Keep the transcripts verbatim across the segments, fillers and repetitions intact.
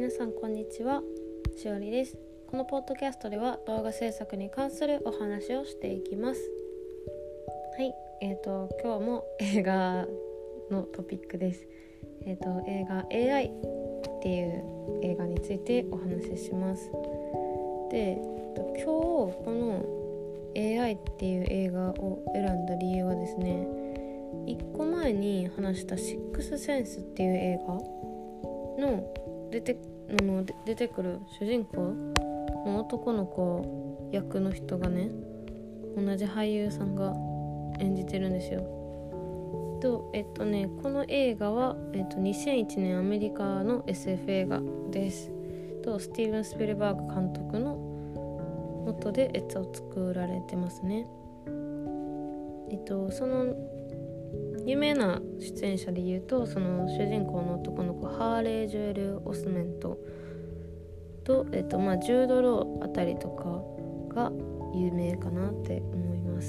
皆さんこんにちは、しおりです。このポッドキャストでは動画制作に関するお話をしていきます。はい、えーと今日も映画のトピックです。えーと映画 エーアイ っていう映画についてお話しします。で、今日この エーアイ っていう映画を選んだ理由はですね、いっこまえに話したシックスセンスっていう映画の出てあの出てくる主人公の男の子役の人がね、同じ俳優さんが演じてるんですよ。とえっとねこの映画は、えっと、にせんいちねんアメリカの エスエフ 映画です。とスティーブン・スピルバーグ監督の元でえっと作られてますね。えっとその有名な出演者で言うと、その主人公の男の子ハーレー・ジュエル・オスメントと、えっとまあ、ジュード・ローあたりとかが有名かなって思います。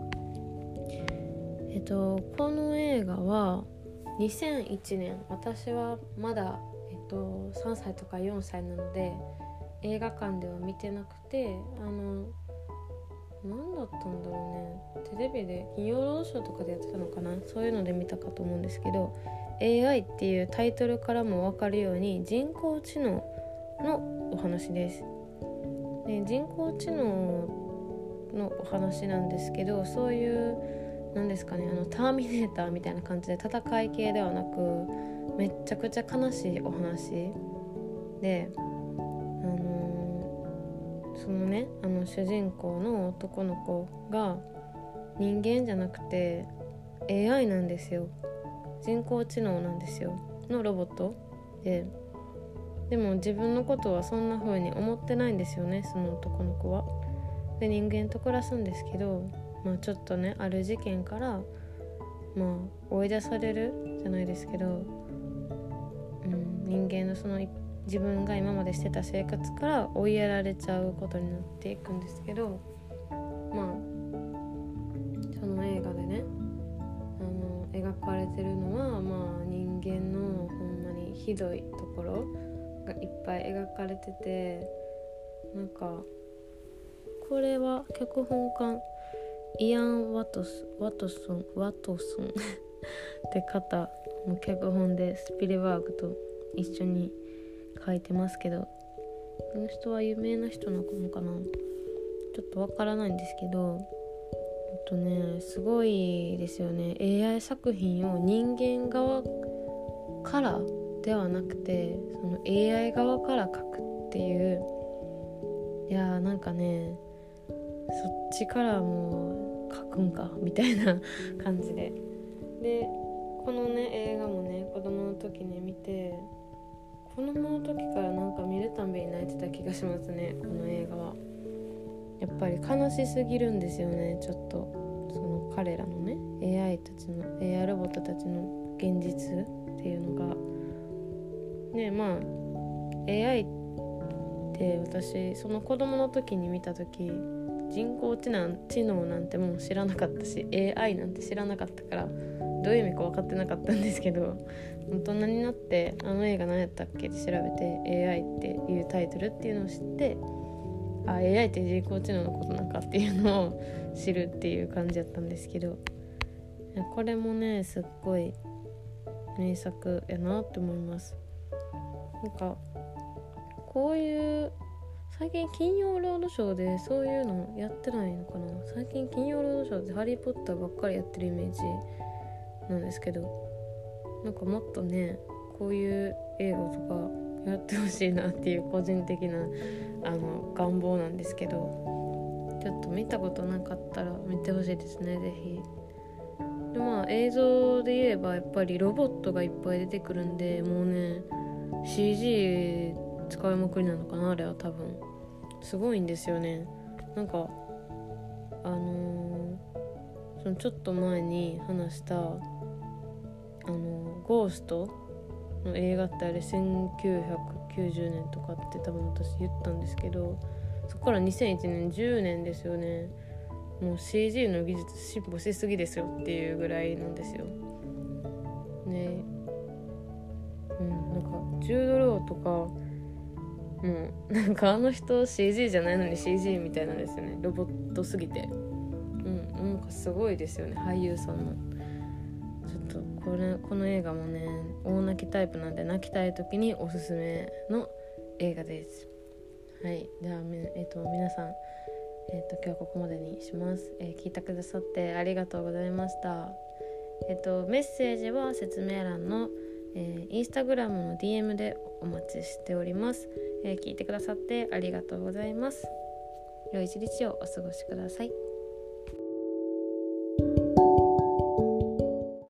えっとこの映画はにせんいちねん、私はまだ、えっと、さんさいとかよんさいなので映画館では見てなくて、あの何だったんだろうね、テレビで金曜ロードショーとかでやってたのかな、そういうので見たかと思うんですけど、 エーアイ っていうタイトルからも分かるように人工知能のお話です。で、人工知能のお話なんですけど、そういうなんですかね、あのターミネーターみたいな感じで戦い系ではなく、めっちゃくちゃ悲しいお話で、あのそのね、あの主人公の男の子が人間じゃなくて エーアイ なんですよ。人工知能なんですよ、のロボットで、でも自分のことはそんな風に思ってないんですよね、その男の子は。で、人間と暮らすんですけど、まあちょっとね、ある事件からまあ追い出されるじゃないですけど、うん、人間のその自分が今までしてた生活から追いやられちゃうことになっていくんですけど、まあその映画でね、あの描かれてるのは、まあ人間のほんまにひどいところがいっぱい描かれてて、なんかこれは脚本家イアン・ワトスワトソンワトソンって方の脚本でスピルバーグと一緒に書いてますけど、この人は有名な人なのかな、ちょっとわからないんですけど、えっとねすごいですよね。 エーアイ 作品を人間側からではなくて、その エーアイ 側から書くっていう、いやーなんかね、そっちからもう書くんかみたいな感じで、でこのね映画もね子供の時に見て、子供の時からなんか見るたんびに泣いてた気がしますね。この映画はやっぱり悲しすぎるんですよね。ちょっとその彼らのね エーアイ たちの エーアイ ロボットたちの現実っていうのがね、まあ エーアイ って私その子供の時に見た時、人工知能、知能なんてもう知らなかったし エーアイ なんて知らなかったから、どういう意味か分かってなかったんですけど、大人になってあの映画何やったっけって調べて エーアイ っていうタイトルっていうのを知って、あ エーアイ って人工知能のことなんかっていうのを知るっていう感じだったんですけど、これもねすっごい名作やなって思います。なんかこういう最近金曜ロードショーでそういうのやってないのかな。最近金曜ロードショーでハリーポッターばっかりやってるイメージなんですけど、なんかもっとねこういう映画とかやってほしいなっていう個人的なあの願望なんですけど、ちょっと見たことなかったら見てほしいですね、ぜひ。で、まあ映像で言えばやっぱりロボットがいっぱい出てくるんで、もうね シージー 使いまくりなのかな、あれは多分すごいんですよね。なんかあのー、そのちょっと前に話したあのゴーストの映画ってあれせんきゅうひゃくきゅうじゅうねんとかって多分私言ったんですけど、そこからにせんいちねんじゅうねんですよね。もう シージー の技術進歩しすぎですよっていうぐらいなんですよね。うん、なんかジュード・ローとかもうなんかあの人 シージー じゃないのに シージー みたいなんですよね。ロボットすぎて、うんなんかすごいですよね、俳優さんの。ちょっとこれこの映画もね大泣きタイプなんで、泣きたい時におすすめの映画です。はい、ではえっ、ー、と皆さん、えっ、ー、と今日はここまでにします。えー、聞いてくださってありがとうございました。えっ、ー、とメッセージは説明欄の、えー、インスタグラムの ディーエム でお待ちしております。えー、聞いてくださってありがとうございます。良い一日をお過ごしください。